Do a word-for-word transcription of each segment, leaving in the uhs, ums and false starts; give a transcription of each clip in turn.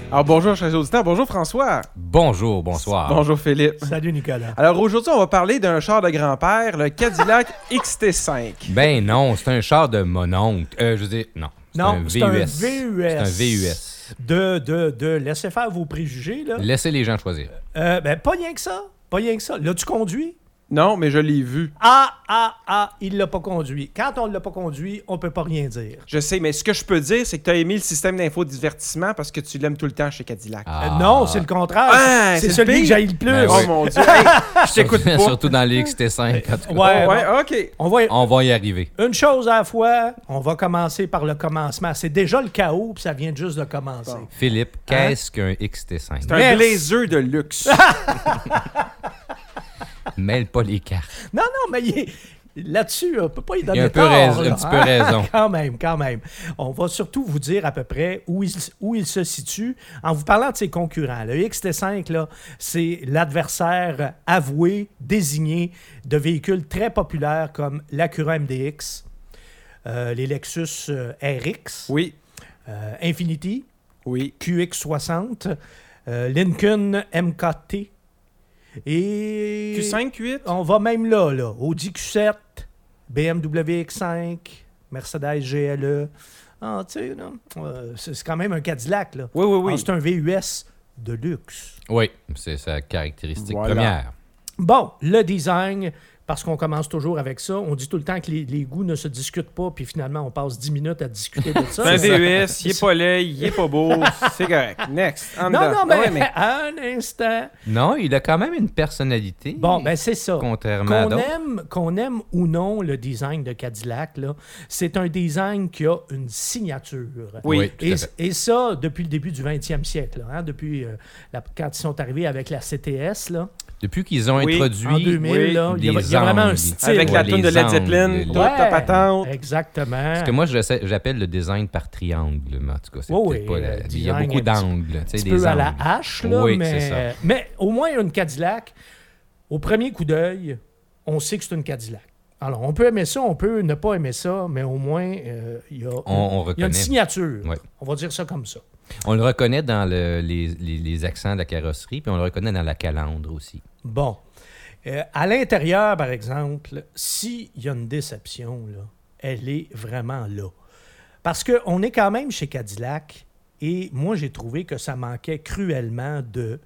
Alors bonjour chers auditeurs, bonjour François. Bonjour, bonsoir. Bonjour Philippe. Salut Nicolas. Alors aujourd'hui, on va parler d'un char de grand-père, le Cadillac X T cinq. Ben non, c'est un char de mon oncle. Euh, je veux dire, non. C'est Non, un c'est V U un S. V U S. C'est un V U S. De, de, de laisser faire vos préjugés, là. Laissez les gens choisir. Euh, ben, pas rien que ça. Pas rien que ça. L'as-tu conduit? Non, mais je l'ai vu. Ah, ah, ah, il l'a pas conduit. Quand on l'a pas conduit, on peut pas rien dire. Je sais, mais ce que je peux dire, c'est que tu as aimé le système d'infodivertissement parce que tu l'aimes tout le temps chez Cadillac. Ah. Euh, non, c'est le contraire. Ah, c'est c'est celui le pire? que j'haïs le plus. Ben Oh oui. mon Dieu, hey, je t'écoute pas. Surtout dans les X T cinq, en tout cas. Ouais, Ouais, bon. ok. On va, On va y arriver. une chose à la fois, on va commencer par le commencement. C'est déjà le chaos, puis ça vient juste de commencer. Bon. Philippe, qu'est-ce qu'un X T cinq? C'est un Merci. blazer de luxe. Mêle pas les cartes. Non, non, mais il est- là-dessus, on ne peut pas y donner Il y a un peu tort, raison- là, un petit peu raison. Quand même, quand même. On va surtout vous dire à peu près où il, où il se situe en vous parlant de ses concurrents. Le X T cinq, là, c'est l'adversaire avoué, désigné de véhicules très populaires comme l'Acura M D X, euh, les Lexus euh, R X, Oui, euh, Infiniti, oui. Q X soixante, euh, Lincoln M K T et... Q cinq, Q huit? On va même là, là. Audi Q sept, B M W X cinq, Mercedes G L E. Ah, tu sais, là, euh, c'est c'est quand même un Cadillac, là. Oui, oui, oui. Ah, c'est un V U S de luxe. Oui, c'est sa caractéristique Voilà. première. Bon, le design, parce qu'on commence toujours avec ça, on dit tout le temps que les, les goûts ne se discutent pas, puis finalement, on passe dix minutes à discuter de ça. C'est un C'est V ça. U S, il est pas laid, il est pas beau, c'est correct. Next. En Non, dedans. non, mais, Ah ouais, un instant. Non, il a quand même une personnalité. Bon, ben c'est ça. Contrairement à Qu'on d'autres. aime, qu'on aime ou non le design de Cadillac, là, c'est un design qui a une signature. Oui. Oui, tout Et, à fait. et ça, depuis le début du vingtième siècle, là, hein, depuis euh, la- quand ils sont arrivés avec la C T S, là, Depuis qu'ils ont Oui, introduit en deux mille, oui, là, il y a, les il y a vraiment un angles. style. Avec la Ouais, toune de les Led angles, Zeppelin, les- toute Ouais, ta patente. exactement. Parce que moi, j'essaie- j'appelle le design par triangle, mais en tout cas, c'est Oui, peut-être oui, pas la- le Il y a design beaucoup un petit- d'angles. tu sais, un petit des peu à la angles. hache, là, Oui, mais, c'est ça. mais au moins une Cadillac, au premier coup d'œil, on sait que c'est une Cadillac. Alors, on peut aimer ça, on peut ne pas aimer ça, mais au moins, euh, il y a, On, on il y a reconnaît. une signature. Ouais. On va dire ça comme ça. On le reconnaît dans le- les, les- les accents de la carrosserie, puis on le reconnaît dans la calandre aussi. Bon. Euh, à l'intérieur, par exemple, s'il y a une déception, là, elle est vraiment là. Parce qu'on est quand même chez Cadillac et moi, j'ai trouvé que ça manquait cruellement de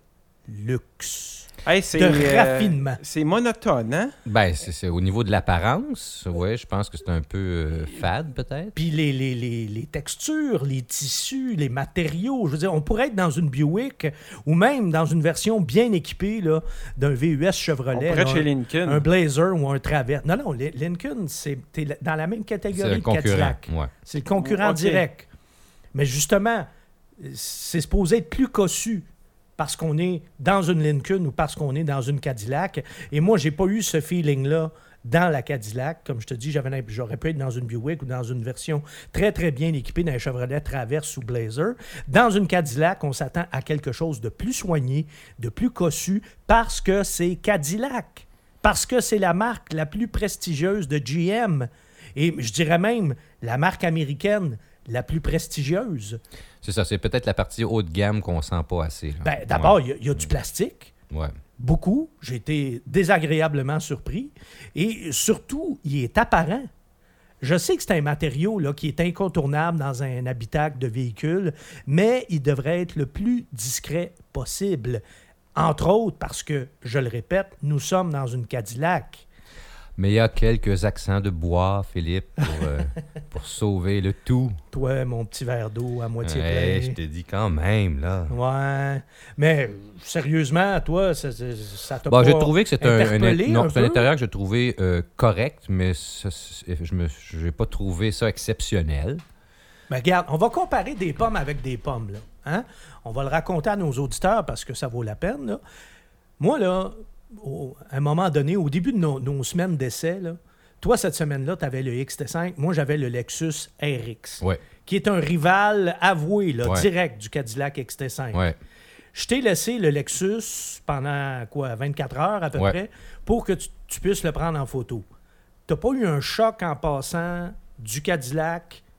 luxe, Hey, c'est, de euh, raffinement. c'est monotone, hein? Ben, c'est c'est au niveau de l'apparence, ouais, je pense que c'est un peu euh, fade, peut-être. Puis les, les, les, les textures, les tissus, les matériaux. Je veux dire, on pourrait être dans une Buick ou même dans une version bien équipée là, d'un V U S On Chevrolet. pourrait être là, chez un- Lincoln. Un Blazer ou un Traverse. Non, non, Li- Lincoln, c'est t'es dans la même C'est catégorie un que concurrent. Cadillac. Ouais. C'est le concurrent Ok. direct. Mais justement, c'est supposé être plus cossu parce qu'on est dans une Lincoln ou parce qu'on est dans une Cadillac. Et moi, j'ai pas eu ce feeling-là dans la Cadillac. Comme je te dis, j'avais, j'aurais pu être dans une Buick ou dans une version très, très bien équipée d'un Chevrolet Traverse ou Blazer. Dans une Cadillac, on s'attend à quelque chose de plus soigné, de plus cossu, parce que c'est Cadillac. Parce que c'est la marque la plus prestigieuse de G M. Et je dirais même la marque américaine la plus prestigieuse. C'est ça, c'est peut-être la partie haut de gamme qu'on sent pas assez. là. Ben, d'abord, il y a- il y, a du plastique. Ouais. Beaucoup. J'ai été désagréablement surpris. Et surtout, il est apparent. Je sais que c'est un matériau là, qui est incontournable dans un habitacle de véhicule, mais il devrait être le plus discret possible. Entre autres parce que, je le répète, nous sommes dans une Cadillac. Mais il y a quelques accents de bois, Philippe, pour, euh, pour sauver le tout. Toi, mon petit verre d'eau à moitié Ouais, je plein. te dis quand même, là. Ouais. Mais sérieusement, toi, ça, ça, ça t'a Bon, pas j'ai trouvé que c'est un, un, interpellé non, un c'est un peu? intérieur que j'ai trouvé euh, correct, mais ça, c'est- je n'ai pas trouvé ça exceptionnel. Mais regarde, on va comparer des pommes avec des pommes, là. Hein? On va le raconter à nos auditeurs parce que ça vaut la peine, là. Moi, là, au- à un moment donné, au début de nos, nos semaines d'essai, là, toi, cette semaine-là, tu avais le X T cinq. Moi, j'avais le Lexus R X, Ouais, qui est un rival avoué, là, Ouais. direct du Cadillac X T cinq. ouais. Je t'ai laissé le Lexus pendant, quoi, vingt-quatre heures à peu Ouais. près, pour que tu, tu puisses le prendre en photo. T'as pas eu un choc en passant du Cadillac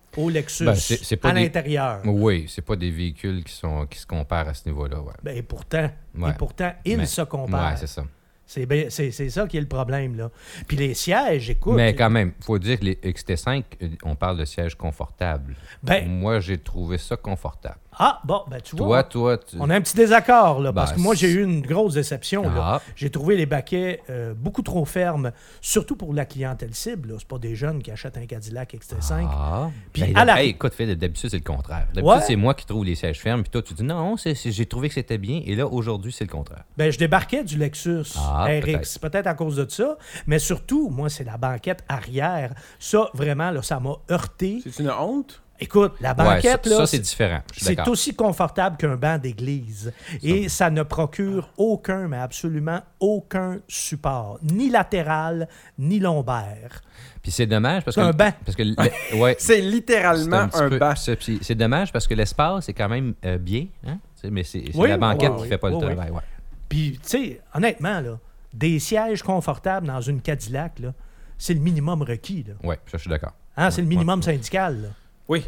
au Lexus Ben, c'est- c'est pas à des- l'intérieur. Oui, c'est pas des véhicules qui, sont, qui se comparent à ce niveau-là. Ouais. Ben, et pourtant, Ouais. et pourtant, ils Mais- se comparent. Ouais, c'est ça. C'est, bien- c'est, c'est ça qui est le problème, là. Puis les sièges, écoute... Mais quand même, il faut dire que les X T cinq, euh, on parle de sièges confortables. Ben, Moi, j'ai trouvé ça confortable. ah, bon, ben tu Toi, vois, toi, tu... on a un petit désaccord, là, parce Ben, que moi, j'ai c'est- eu une grosse déception, là. Ah, J'ai trouvé les baquets euh, beaucoup trop fermes, surtout pour la clientèle cible, là. C'est pas des jeunes qui achètent un Cadillac X T cinq. ah. Puis Ben, à la- hey, écoute, Phil, d'habitude, c'est le contraire. D'habitude, Ouais. c'est moi qui trouve les sièges fermes, puis toi, tu dis non, c'est, c'est- j'ai trouvé que c'était bien, et là, aujourd'hui, c'est le contraire. Ben, je débarquais du Lexus Ah, R X, peut-être. peut-être. à cause de ça, mais surtout, moi, c'est la banquette arrière. Ça, vraiment, là, ça m'a heurté. C'est une honte? Écoute, la Ouais, banquette, ça, là, ça, c'est différent. Je suis c'est d'accord. aussi confortable qu'un banc d'église. Et ça ne procure aucun, mais absolument aucun support, ni latéral, ni lombaire. Puis c'est dommage parce C'est que... un banc. Parce que le- ouais, C'est c'est littéralement petit un peu- banc. c'est, puis c'est dommage parce que l'espace est quand même euh, bien, hein? Tu sais, mais c'est, c'est Oui, la banquette oui, qui oui, fait pas oui, le oui. travail. Ouais. Puis, tu sais, honnêtement, là, des sièges confortables dans une Cadillac, là, c'est le minimum requis. Là. Ouais, ça, je suis d'accord. Hein, c'est le Ouais, minimum syndical. Là. Oui.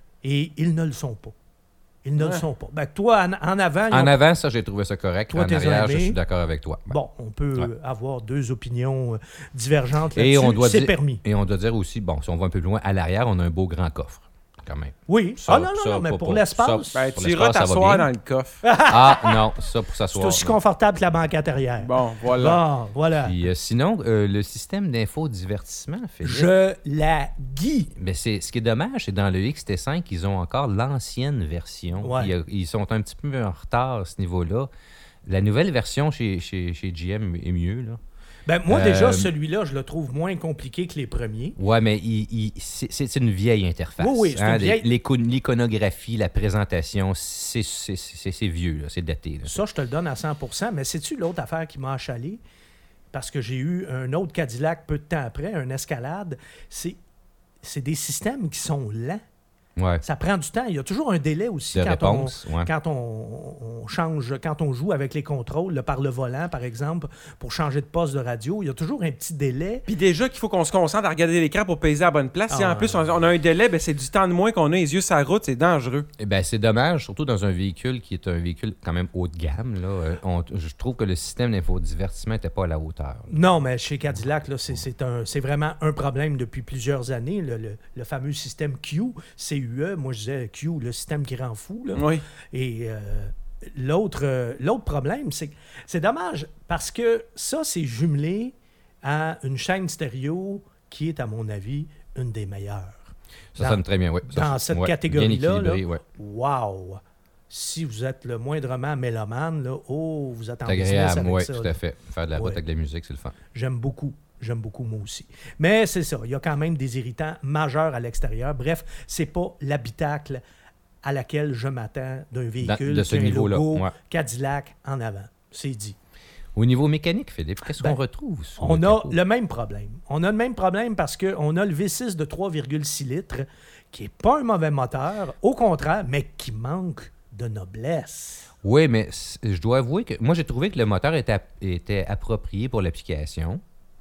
Et ils ne le sont pas. Ils ne Ouais. le sont pas. Ben, toi, en, en avant, ils En ont- avant, ça, j'ai trouvé ça correct. Toi, En t'es arrière, je aimé. suis d'accord avec toi. Ouais. bon, on peut Ouais. euh, avoir deux opinions euh, divergentes Et là-dessus. on doit c'est dire- permis. Et on doit dire aussi, bon, si on va un peu plus loin, à l'arrière, on a un beau grand coffre, quand même. Oui. Ça- ah non, non, ça, non, mais pas- pour pas- l'espace, ça- Ben, Pour tu l'espace, iras ça va t'asseoir bien. dans le coffre. Ah, non, ça, pour c'est s'asseoir. aussi non. confortable que la banquette arrière. Bon, voilà. Bon, voilà. Puis, euh, sinon, euh, le système d'infodivertissement, Philippe, Je la guie. mais c'est, ce qui est dommage, c'est dans le X T cinq, ils ont encore l'ancienne version. Ouais. Il y a- ils sont un petit peu en retard à ce niveau-là. La nouvelle version chez, chez, chez G M est mieux, là. Ben, moi, Euh, déjà, celui-là, je le trouve moins compliqué que les premiers. Ouais, mais il, il- c'est, c'est une vieille interface. Oui, oui, c'est une Hein, vieille- l'éco- L'iconographie, la présentation, c'est, c'est, c'est, c'est vieux, là, c'est daté. Là. Ça, je te le donne à cent pour cent. Mais sais-tu l'autre affaire qui m'a achalé? Parce que j'ai eu un autre Cadillac peu de temps après, un Escalade. C'est, c'est des systèmes qui sont lents. Ouais. Ça prend du temps. Il y a toujours un délai aussi De quand, réponse, on, ouais. quand on, on change, quand on joue avec les contrôles, là, par le volant, par exemple, pour changer de poste de radio. Il y a toujours un petit délai. Puis déjà qu'il faut qu'on se concentre à regarder l'écran pour peser à la bonne place. Si Ah, en plus on, on a un délai, ben c'est du temps de moins qu'on a les yeux sur la route, c'est dangereux. Eh ben, c'est dommage, surtout dans un véhicule qui est un véhicule quand même haut de gamme. Là. Euh, on- je trouve que le système d'infodivertissement n'était pas à la hauteur. là. Non, mais chez Cadillac, là, c'est, c'est, un, c'est vraiment un problème depuis plusieurs années. Le, le- le fameux système Q, C U E, moi je disais Q, le système qui rend fou. Là. Oui. Et euh, l'autre, euh, l'autre problème, c'est que c'est dommage parce que ça, c'est jumelé à une chaîne stéréo qui est, à mon avis, une des meilleures. Ça Dans- sonne très bien, oui. Ça, dans c'est- cette ouais, catégorie-là, bien équilibré, là, ouais. wow! Si vous êtes le moindrement mélomane, là, oh, vous êtes en C'est business agréable, avec oui, ça. tout là. à fait. Faire de la route Ouais. avec de la musique, c'est le fun. J'aime beaucoup. J'aime beaucoup, moi aussi. Mais c'est ça. Il y a quand même des irritants majeurs à l'extérieur. Bref, c'est pas l'habitacle à laquelle je m'attends d'un véhicule de ce qui a un niveau-là, logo ouais. Cadillac en avant. C'est dit. Au niveau mécanique, Philippe, qu'est-ce Ben, qu'on retrouve sur On le a capot? le même problème. On a le même problème parce qu'on a le V six de trois virgule six litres qui n'est pas un mauvais moteur, au contraire, mais qui manque de noblesse. Oui, mais c- je dois avouer que moi, j'ai trouvé que le moteur était, ap- était approprié pour l'application.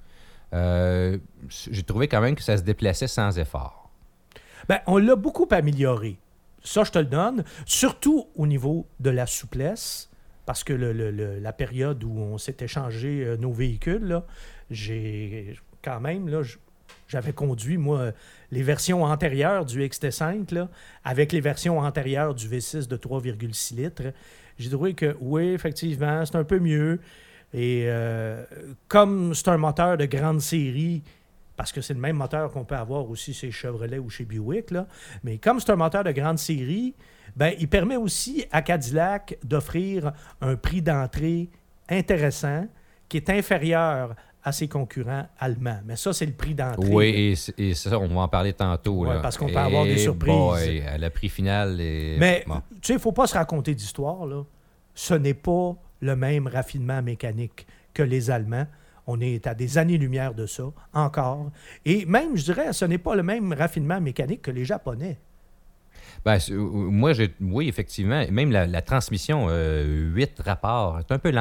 Euh, j'ai trouvé quand même que ça se déplaçait sans effort. Ben, on l'a beaucoup amélioré. Ça, je te le donne. Surtout au niveau de la souplesse. Parce que le- le- le- la période où on s'est échangé euh, nos véhicules, là, j'ai quand même, là, j- j'avais conduit, moi, les versions antérieures du X T cinq, là, avec les versions antérieures du V six de trois virgule six litres. J'ai trouvé que, oui, effectivement, c'est un peu mieux. Et euh, comme c'est un moteur de grande série, parce que c'est le même moteur qu'on peut avoir aussi chez Chevrolet ou chez Buick, là, mais comme c'est un moteur de grande série, ben, il permet aussi à Cadillac d'offrir un prix d'entrée intéressant qui est inférieur à ses concurrents allemands. Mais ça, c'est le prix d'entrée. Oui, et, c- et ça, on va en parler tantôt. Ouais, là. parce qu'on peut avoir des Eh surprises. boy, à le prix final. Et... Mais, bon. tu sais, il ne faut pas se raconter d'histoire, là. Ce n'est pas le même raffinement mécanique que les Allemands. On est à des années-lumière de ça, encore. Et même, je dirais, ce n'est pas le même raffinement mécanique que les Japonais. Ben, c'est- moi, j'ai, oui, effectivement. Même la, la transmission euh, huit rapports est un peu lente.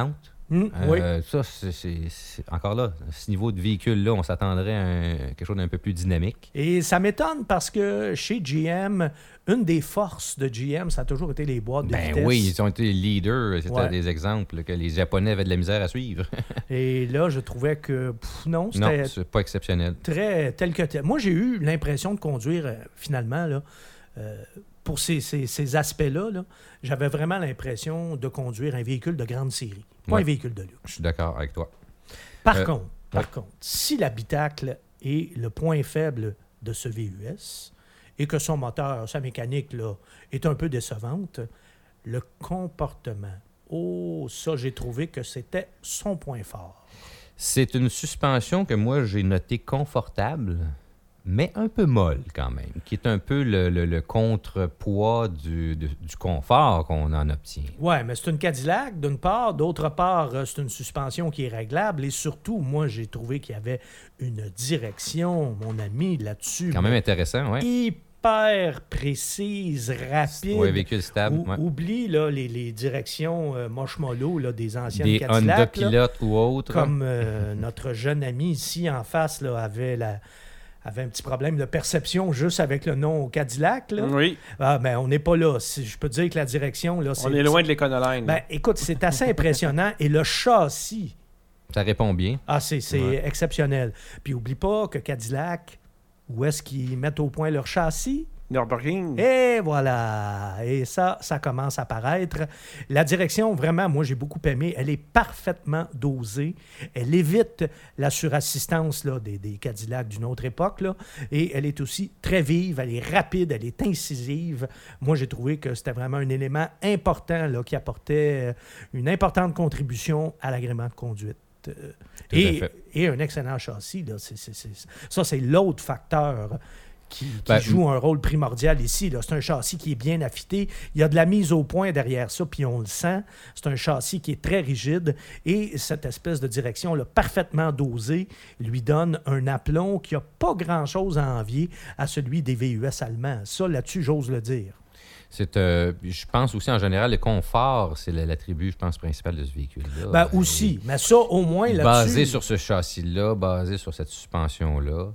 Mmh, oui. Euh, ça, c'est, c'est- c'est- encore là, à ce niveau de véhicule-là, on s'attendrait à un- quelque chose d'un peu plus dynamique. Et ça m'étonne parce que chez G M, une des forces de G M, ça a toujours été les boîtes de Ben vitesse. oui, ils ont été leaders. C'était Ouais. des exemples que les Japonais avaient de la misère à suivre. Et là, je trouvais que pff, non, Non, c'était c'est pas exceptionnel. très tel que tel. Moi, j'ai eu l'impression de conduire, euh, finalement, là, euh, pour ces, ces- ces aspects-là, là, j'avais vraiment l'impression de conduire un véhicule de grande série, pas Ouais. un véhicule de luxe. Je suis d'accord avec toi. Par Euh, contre, par ouais. contre, si l'habitacle est le point faible de ce V U S et que son moteur, sa mécanique là, est un peu décevante, le comportement, oh, ça, j'ai trouvé que c'était son point fort. C'est une suspension que moi, j'ai notée confortable, mais un peu molle quand même, qui est un peu le, le- le contrepoids du, de- du confort qu'on en obtient. Ouais, mais c'est une Cadillac, d'une part. D'autre part, euh, c'est une suspension qui est réglable. Et surtout, moi, j'ai trouvé qu'il y avait une direction, mon ami, là-dessus. Quand même intéressant, oui. Hyper précise, rapide. Oui, véhicule stable. Ou- ouais. Oublie là, les, les directions euh, moche-mollo là, des anciennes Des Cadillac. Honda là, Pilot ou autres. comme euh, notre jeune ami ici en face là, avait, la, avait un petit problème de perception juste avec le nom Cadillac. Là. Oui, Ah, ben, on n'est pas là. Si je peux te dire que la direction, là, c'est... on est loin de l'Econoline. Ben, écoute, c'est assez impressionnant. Et le châssis, Ça répond bien. ah, c'est, c'est Ouais. exceptionnel. Puis oublie pas que Cadillac, où est-ce qu'ils mettent au point leur châssis? Nürburgring. Et voilà. Et ça, ça commence à paraître. La direction, vraiment, moi, j'ai beaucoup aimé. Elle est parfaitement dosée. Elle évite la surassistance là, des, des Cadillacs d'une autre époque. Là. Et elle est aussi très vive, elle est rapide, elle est incisive. Moi, j'ai trouvé que c'était vraiment un élément important là, qui apportait euh, une importante contribution à l'agrément de conduite. Euh, Tout à et, fait. et un excellent châssis. Là. C'est, c'est, c'est- ça, c'est l'autre facteur qui, qui Ben, joue un rôle primordial ici. Là. C'est un châssis qui est bien affûté. Il y a de la mise au point derrière ça, puis on le sent. C'est un châssis qui est très rigide et cette espèce de direction là, parfaitement dosée lui donne un aplomb qui n'a pas grand-chose à envier à celui des V U S allemands. Ça, là-dessus, j'ose le dire. C'est, euh, je pense aussi, en général, le confort, c'est le- l'attribut, je pense, principal de ce véhicule-là. Ben Euh, aussi, mais ça, au moins, là-dessus... Basé sur ce châssis-là, basé sur cette suspension-là,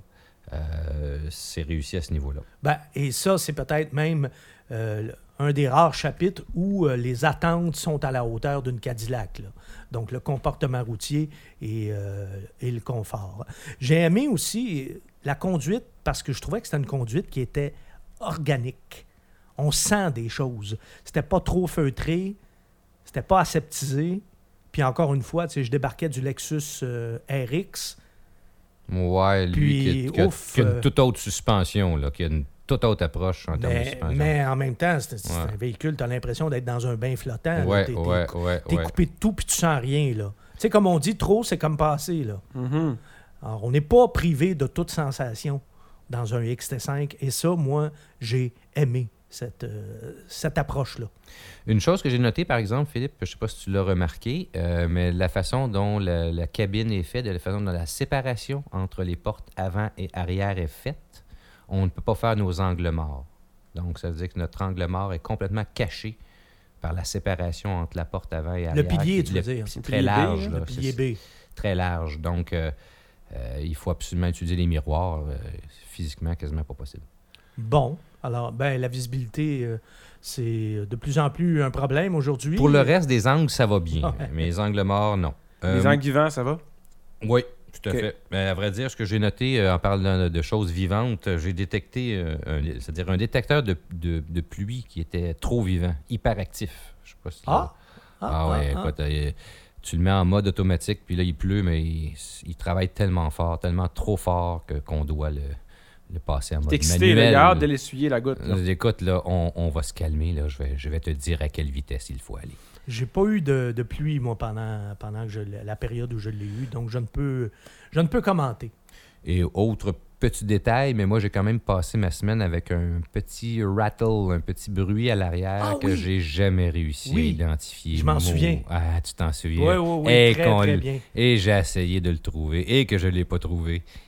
euh, c'est réussi à ce niveau-là. Ben, et ça, c'est peut-être même euh, un des rares chapitres où euh, les attentes sont à la hauteur d'une Cadillac. Là. Donc, le comportement routier et, euh, et le confort. J'ai aimé aussi la conduite parce que je trouvais que c'était une conduite qui était organique. On sent des choses. C'était pas trop feutré, c'était pas aseptisé. Puis encore une fois, tu sais, je débarquais du Lexus euh, R X. Ouais, lui, Puis, qui, a- qui a, ouf, qui a euh, une toute autre suspension, là, qui a une toute autre approche en termes de Mais, suspension. mais en même temps, c'est, c'est Ouais. un véhicule, tu as l'impression d'être dans un bain flottant. là. ouais, T'es- t'es- ouais, ouais, T'es ouais. coupé de tout puis tu sens rien, là. Tu sais, comme on dit, trop, c'est comme passer, là. Mhm. Alors, on n'est pas privé de toute sensation dans un X T cinq. Et ça, moi, j'ai aimé cette, euh, cette approche-là. Une chose que j'ai notée, par exemple, Philippe, je ne sais pas si tu l'as remarqué, euh, mais la façon dont la, la cabine est faite, la façon dont la séparation entre les portes avant et arrière est faite, on ne peut pas faire nos angles morts. Donc, ça veut dire que notre angle mort est complètement caché par la séparation entre la porte avant et arrière. Le pilier, qui- tu le- veux dire. C'est Le très pilier B, large. hein, là. Le pilier C'est- B. Très large. Donc, euh, euh, il faut absolument utiliser les miroirs. euh, physiquement, quasiment pas possible. Bon. Alors, ben, la visibilité, euh, c'est de plus en plus un problème aujourd'hui. Pour le reste des angles, ça va bien. Ouais. Mais les angles morts, non. Les Euh, angles vivants, ça va? Oui, tout à Ok. fait. Mais à vrai dire, ce que j'ai noté euh, en parlant de, de choses vivantes, euh, j'ai détecté, euh, un, c'est-à-dire un détecteur de, de- de pluie qui était trop vivant, hyperactif. Je sais pas si Ah! Ah, Ah, ouais, ah, écoute, euh, tu le mets en mode automatique, puis là, il pleut, mais il, il travaille tellement fort, tellement trop fort que, qu'on doit le, le passer en mode T'es excité, là, manuel. il a hâte de l'essuyer, la goutte. là. Euh, Écoute, là, on, on va se calmer. Là. Je, vais, je vais te dire à quelle vitesse il faut aller. J'ai pas eu de, de pluie, moi, pendant, pendant que je, l'ai- la période où je l'ai eu, donc je ne peux, je ne peux commenter. Et autre petit détail, mais moi, j'ai quand même passé ma semaine avec un petit rattle, un petit bruit à l'arrière Ah que oui. j'ai jamais réussi Oui. à identifier. Je m'en Mo- souviens. Ah, tu t'en souviens. Oui, oui, oui, Et très, qu'on très l- bien. Et j'ai essayé de le trouver et que je ne l'ai pas trouvé.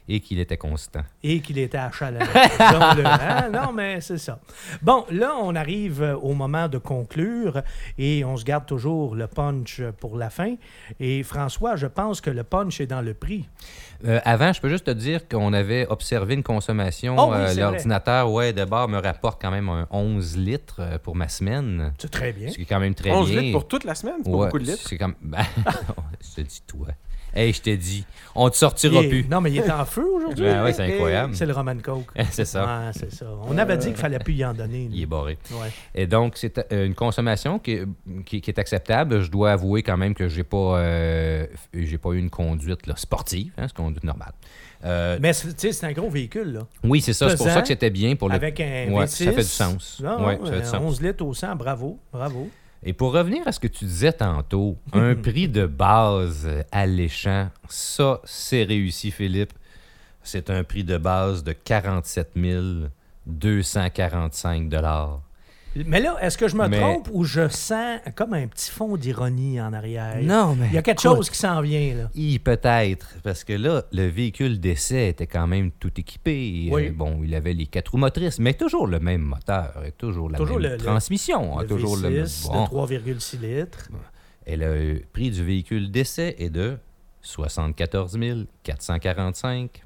et qu'il était constant. Et qu'il était achalant. Donc, hein? Non, mais c'est ça. Bon, là, on arrive au moment de conclure et on se garde toujours le punch pour la fin. Et François, je pense que le punch est dans le prix. Euh, avant, je peux juste te dire qu'on avait observé une consommation. Oh oui, euh, c'est l'ordinateur, ouais, de bord me rapporte quand même un onze litres euh, pour ma semaine. C'est très bien. Ce qui est quand même très onze bien. litres pour toute la semaine, c'est pas Ouais, beaucoup de litres. C'est comme. Ben, je te dis, toi. Hey, je t'ai dit, on te sortira Il est- plus. Non, mais il est en feu aujourd'hui. Ben ouais, c'est incroyable. C'est le Roman Coke. C'est ça. Ouais, c'est ça. On avait dit qu'il fallait plus y en donner. Il est barré. Ouais. Et donc, c'est euh, une consommation qui, qui- qui est acceptable. Je dois avouer quand même que j'ai pas, euh, j'ai pas eu une conduite là, sportive, hein, c'est une conduite normale. Euh, Mais c'est tu sais, c'est un gros véhicule, là. oui, c'est ça. C'est pour pesant, ça que c'était bien pour le. Avec un Ouais, V six. ça fait du sens. Non, Ouais, ça fait du euh, sens. onze litres au cent, bravo, bravo. Et pour revenir à ce que tu disais tantôt, un prix de base alléchant, ça, c'est réussi, Philippe. C'est un prix de base de quarante-sept mille deux cent quarante-cinq dollars. Mais là, est-ce que je me Mais- trompe ou je sens comme un petit fond d'ironie en arrière? Non, mais Il y a quelque écoute, chose qui s'en vient, là. hi, peut-être, parce que là, le véhicule d'essai était quand même tout équipé. Oui. Euh, bon, il avait les quatre roues motrices, mais toujours le même moteur, et toujours la Toujours même le- le- transmission. hein, Le toujours le V même. six Bon. de trois virgule six litres. Et le prix du véhicule d'essai est de soixante-quatorze mille quatre cent quarante-cinq.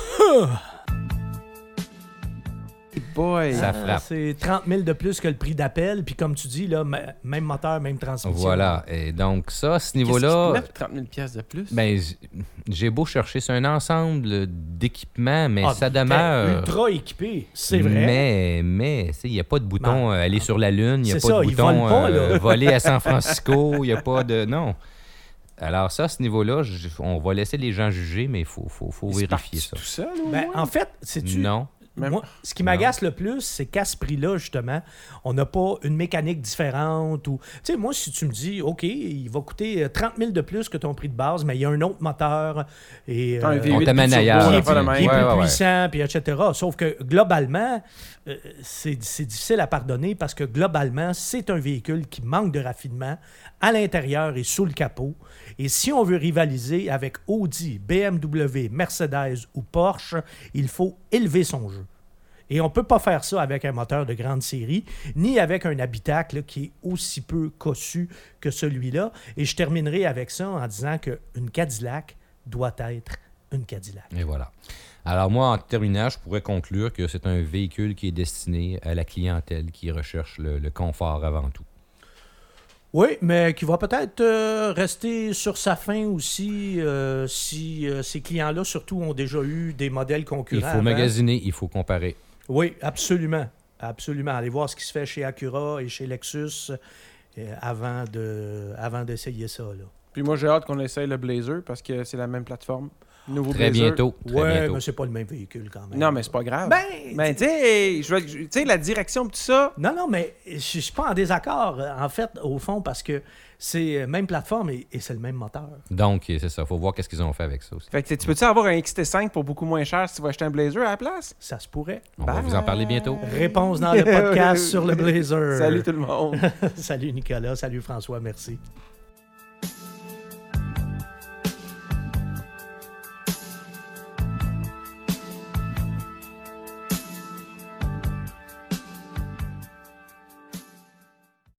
Boy. Ça Ah, frappe. c'est trente mille de plus que le prix d'appel. Puis comme tu dis, là, m- même moteur, même transmission. Voilà. Et donc, ça, à ce Qu'est-ce qui te niveau-là, met pour trente mille piastres de plus? ben, j- j'ai beau chercher, c'est un ensemble d'équipements, mais Ah, ça t'es demeure. ultra équipé, c'est vrai. Mais, mais, tu sais, il n'y a pas de bouton Non. euh, aller sur la Lune, il n'y a C'est pas ça, de ils bouton volent pas, là. euh, voler à San Francisco, il n'y a pas de. Non. Alors, ça, à ce niveau-là, je- on va laisser les gens juger, mais il faut, faut, faut Il se vérifier part-tu ça. tout seul, au Ben, moins? en fait, c'est-tu... Non. Même- Moi, ce qui m'agace le plus, c'est qu'à ce prix-là, justement, on n'a pas une mécanique différente. Ou, tu sais, moi, si tu me dis, OK, il va coûter trente mille de plus que ton prix de base, mais il y a un autre moteur et T'as un euh, V huit on t'amène turbo, ailleurs, on qui va est, faire le plus, même. qui est Ouais, plus ouais, ouais. puissant, puis et cetera. Sauf que globalement, euh, c'est c'est difficile à pardonner parce que globalement, c'est un véhicule qui manque de raffinement à l'intérieur et sous le capot. Et si on veut rivaliser avec Audi, B M W, Mercedes ou Porsche, il faut élever son jeu. Et on ne peut pas faire ça avec un moteur de grande série, ni avec un habitacle là, qui est aussi peu cossu que celui-là. Et je terminerai avec ça en disant qu'une Cadillac doit être une Cadillac. Et voilà. Alors moi, en terminant, je pourrais conclure que c'est un véhicule qui est destiné à la clientèle qui recherche le, le confort avant tout. Oui, mais qui va peut-être euh, rester sur sa fin aussi euh, si euh, ces clients-là, surtout, ont déjà eu des modèles concurrents. Il faut avant. magasiner, il faut comparer. Oui, absolument. Absolument. Allez voir ce qui se fait chez Acura et chez Lexus euh, avant, de, avant d'essayer ça. Là. Puis moi, j'ai hâte qu'on essaye le Blazer parce que c'est la même plateforme. Nouveau Très Blazer. bientôt. Très Ouais, bientôt. mais c'est pas le même véhicule quand même. Non, mais c'est pas grave. Ben, Ben, tu sais, je veux- tu sais, la direction pis tout ça. Non, non, mais je je suis pas en désaccord, en fait, au fond, parce que c'est la même plateforme et, et c'est le même moteur. Donc, c'est ça. Il faut voir qu'est-ce qu'ils ont fait avec ça aussi. Fait que tu peux-tu avoir un X T cinq pour beaucoup moins cher si tu vas acheter un Blazer à la place? Ça se pourrait. On va vous en parler bientôt. Réponse dans le podcast sur le Blazer. Salut tout le monde. Salut Nicolas, salut François, merci.